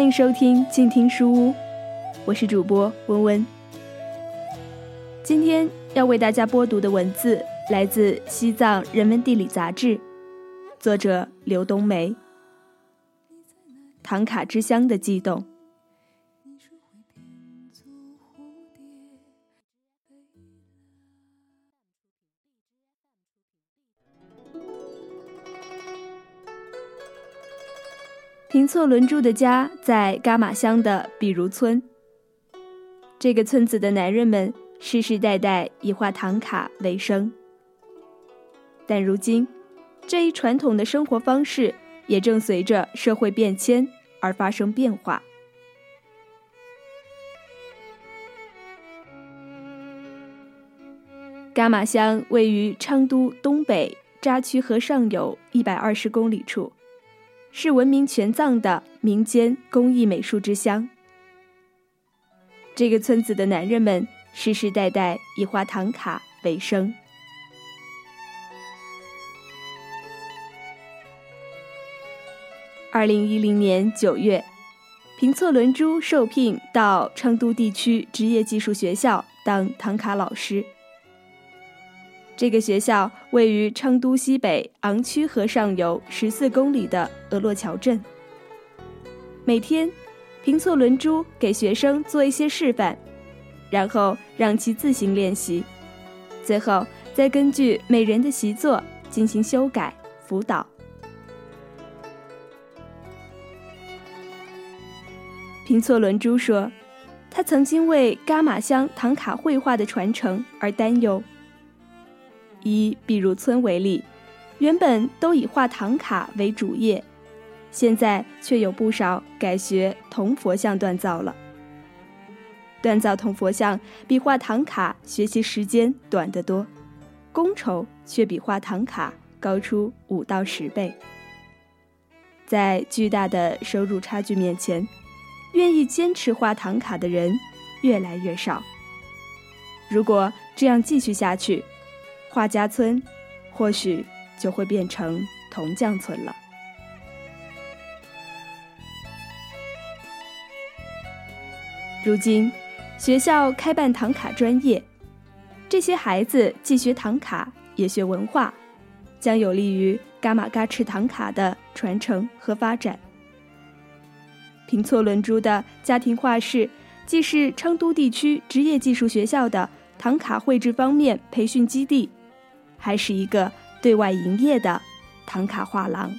迎收听静听书屋，我是主播温温。今天要为大家播读的文字来自《西藏人文地理杂志》，作者刘冬梅。唐卡之乡的悸动。平措伦珠的家在噶玛乡的比如村。这个村子的男人们世世代代以画唐卡为生，但如今这一传统的生活方式也正随着社会变迁而发生变化。噶玛乡位于昌都东北扎区河上游120公里处，是闻名全藏的民间工艺美术之乡。这个村子的男人们世世代代以画唐卡为生。2010年9月，平措伦珠受聘到昌都地区职业技术学校当唐卡老师。这个学校位于昌都西北昂区河上游14公里的额洛桥镇。每天，平措伦珠给学生做一些示范，然后让其自行练习，最后再根据每人的习作进行修改辅导。平措伦珠说，他曾经为噶玛乡唐卡绘画的传承而担忧。以比如村为例，原本都以画唐卡为主业，现在却有不少改学铜佛像锻造了。锻造铜佛像比画唐卡学习时间短得多，工酬却比画唐卡高出5到10倍。在巨大的收入差距面前，愿意坚持画唐卡的人越来越少。如果这样继续下去，画家村或许就会变成铜匠村了。如今学校开办唐卡专业，这些孩子既学唐卡也学文化，将有利于噶玛噶赤唐卡的传承和发展。平措伦珠的家庭画室既是昌都地区职业技术学校的唐卡绘制方面培训基地，还是一个对外营业的唐卡画廊。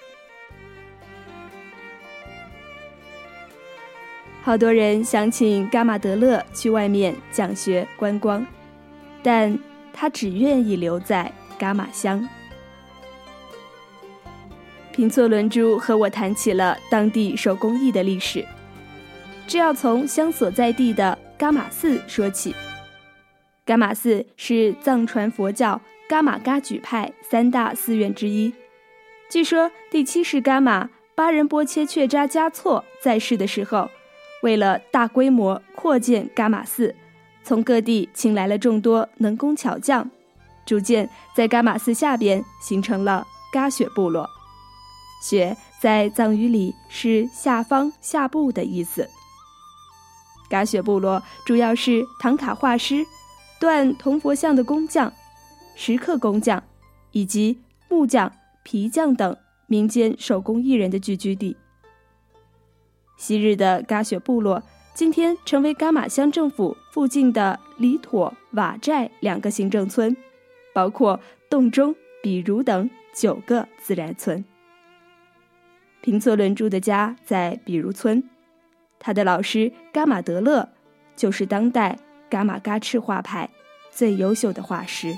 好多人想请噶玛德勒去外面讲学观光，但他只愿意留在噶玛乡。平措伦珠和我谈起了当地手工艺的历史，这要从乡所在地的噶玛寺说起。噶玛寺是藏传佛教噶玛噶举派3大寺院之一。据说第7世噶玛巴仁波切却扎嘉措在世的时候，为了大规模扩建噶玛寺，从各地请来了众多能工巧匠，逐渐在噶玛寺下边形成了噶雪部落。雪在藏语里是下方下部的意思。噶雪部落主要是唐卡画师、锻铜佛像的工匠、石刻工匠以及木匠、皮匠等民间手工艺人的聚居地。昔日的噶雪部落今天成为噶玛乡政府附近的里妥、瓦寨2个行政村，包括洞中、比如等9个自然村。平措伦珠的家在比如村，他的老师噶玛德勒就是当代噶玛噶赤画派最优秀的画师。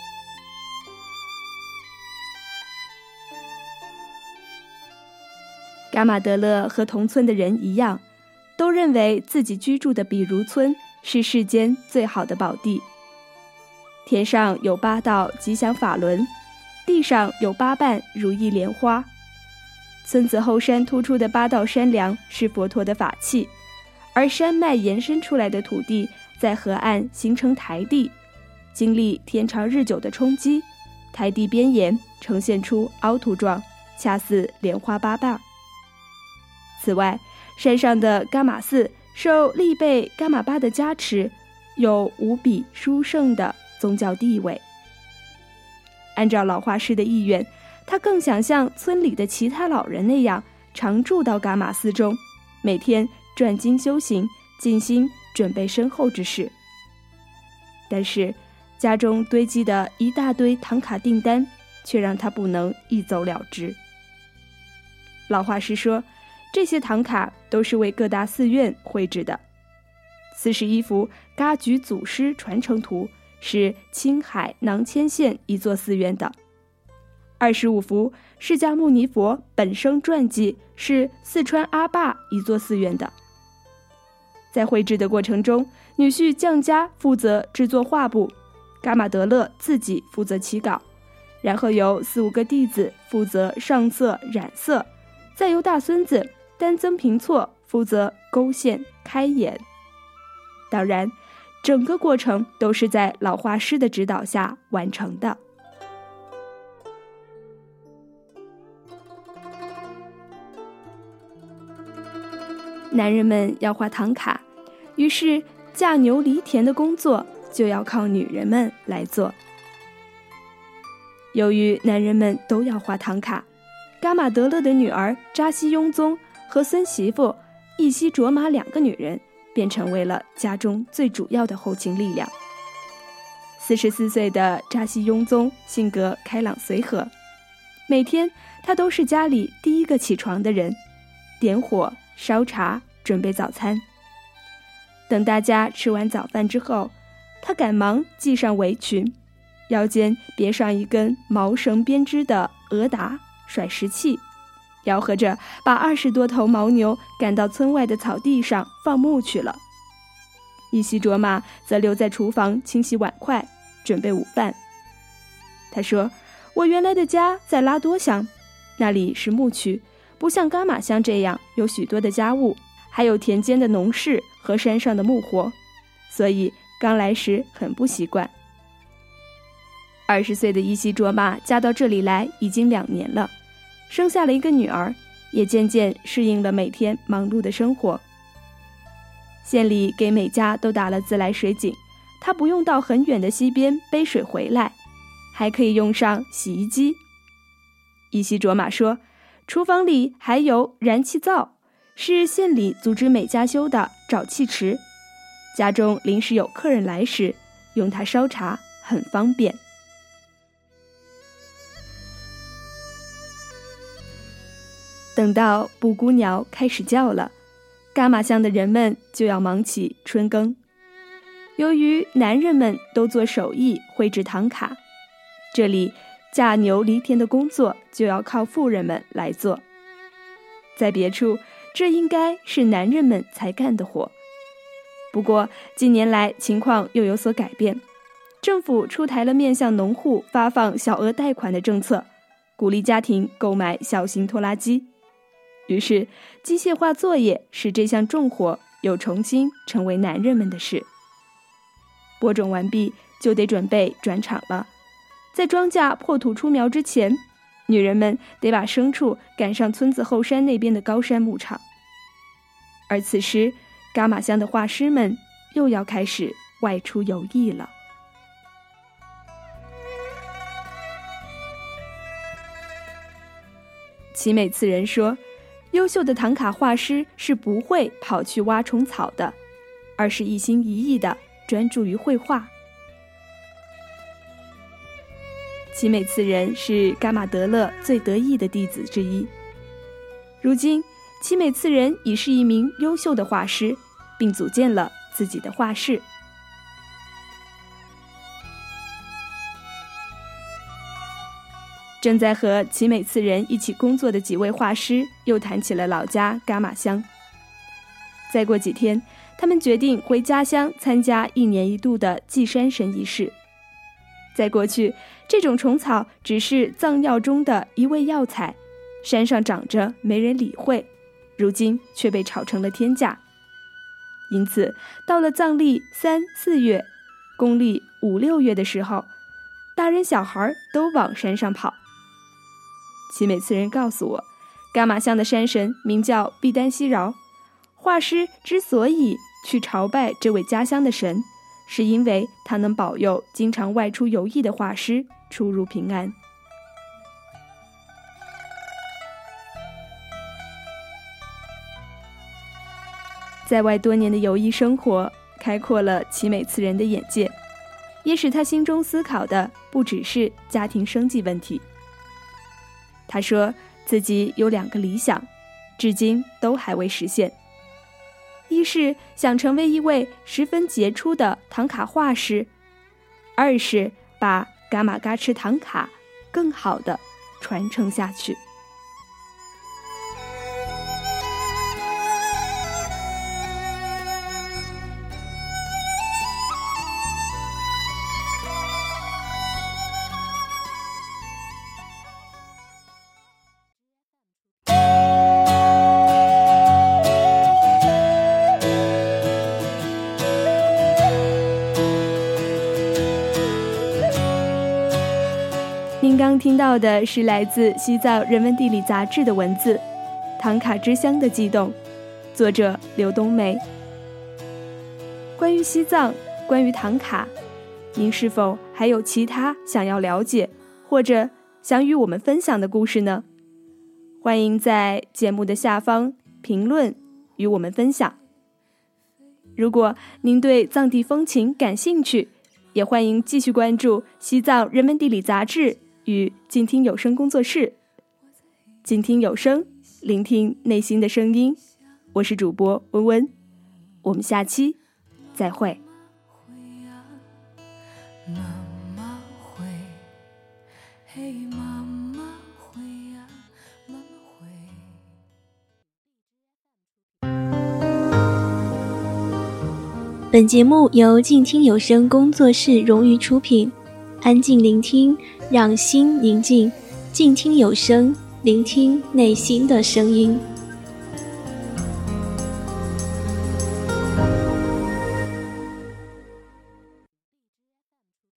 噶玛德勒和同村的人一样，都认为自己居住的比如村是世间最好的宝地。天上有8道吉祥法轮，地上有8瓣如意莲花。村子后山突出的8道山梁是佛陀的法器，而山脉延伸出来的土地在河岸形成台地，经历天长日久的冲击，台地边沿呈现出凹凸状，恰似莲花8瓣。此外， 山上的噶玛寺受利贝噶玛巴的加持，有无比殊胜的宗教地位。按照老画师的意愿，他更想像村里的其他老人那样常住到噶玛寺中，每天转经修行，尽心准备身后之事。但是家中堆积的一大堆唐卡订单却让他不能一走了之。老画师说，这些唐卡都是为各大寺院绘制的。41幅噶举祖师传承图是青海囊谦县一座寺院的，25幅释迦牟尼佛本生传记是四川阿坝一座寺院的。在绘制的过程中，女婿降家负责制作画布，噶玛德勒自己负责起稿，然后由4、5个弟子负责上色染色，再由大孙子丹增平措负责勾线开眼。当然，整个过程都是在老画师的指导下完成的。男人们要画唐卡，于是架牛犁田的工作就要靠女人们来做。由于男人们都要画唐卡，噶玛德勒的女儿扎西雍宗和孙媳妇伊西卓玛2个女人便成为了家中最主要的后勤力量。44岁的扎西雍宗性格开朗随和，每天他都是家里第一个起床的人，点火烧茶准备早餐。等大家吃完早饭之后，他赶忙系上围裙，腰间别上一根毛绳编织的鹅达甩石器，吆喝着把20多头牦牛赶到村外的草地上放牧去了。伊西卓玛则留在厨房清洗碗筷，准备午饭。他说，我原来的家在拉多乡，那里是牧区，不像噶玛乡这样有许多的家务，还有田间的农事和山上的牧活，所以刚来时很不习惯。20岁的伊西卓玛嫁到这里来已经2年了，生下了一个女儿，也渐渐适应了每天忙碌的生活。县里给每家都打了自来水井，她不用到很远的溪边背水回来，还可以用上洗衣机。伊西卓玛说，厨房里还有燃气灶，是县里组织每家修的沼气池，家中临时有客人来时，用它烧茶很方便。等到布谷鸟开始叫了，噶玛乡的人们就要忙起春耕。由于男人们都做手艺绘制唐卡，这里架牛犁田的工作就要靠妇人们来做。在别处，这应该是男人们才干的活。不过近年来情况又有所改变，政府出台了面向农户发放小额贷款的政策，鼓励家庭购买小型拖拉机。于是机械化作业使这项重活又重新成为男人们的事。播种完毕就得准备转场了，在庄稼破土出苗之前，女人们得把牲畜赶上村子后山那边的高山牧场。而此时噶玛乡的画师们又要开始外出游艺了。奇美次人说，优秀的唐卡画师是不会跑去挖虫草的，而是一心一意地专注于绘画。奇美次人是噶玛德勒最得意的弟子之一。如今奇美次人已是一名优秀的画师，并组建了自己的画室。正在和奇美次人一起工作的几位画师又谈起了老家噶玛乡。再过几天，他们决定回家乡参加1年1度的祭山神仪式。在过去，这种虫草只是藏药中的一味药材，山上长着没人理会，如今却被炒成了天价。因此到了藏历3、4月，公历5、6月的时候，大人小孩都往山上跑。奇美次人告诉我，噶玛乡的山神名叫毕丹西饶， 画师之所以去朝拜这位家乡的神，是因为他能保佑经常外出游艺的画师出入平安。在外多年的游艺生活开阔了齐美次人的眼界，也使他心中思考的不只是家庭生计问题。他说自己有2个理想，至今都还未实现。一是想成为一位十分杰出的唐卡画师，二是把噶玛噶赤唐卡更好地传承下去。您刚听到的是来自《西藏人文地理》杂志的文字《唐卡之乡的悸动》，作者刘冬梅。关于西藏，关于唐卡，您是否还有其他想要了解或者想与我们分享的故事呢？欢迎在节目的下方评论与我们分享。如果您对藏地风情感兴趣，也欢迎继续关注《西藏人文地理》杂志与静听有声工作室。静听有声，聆听内心的声音。我是主播温温，我们下期再会。 本节目由静听有声工作室荣誉出品，安静聆听，让心宁静，静听有声，聆听内心的声音。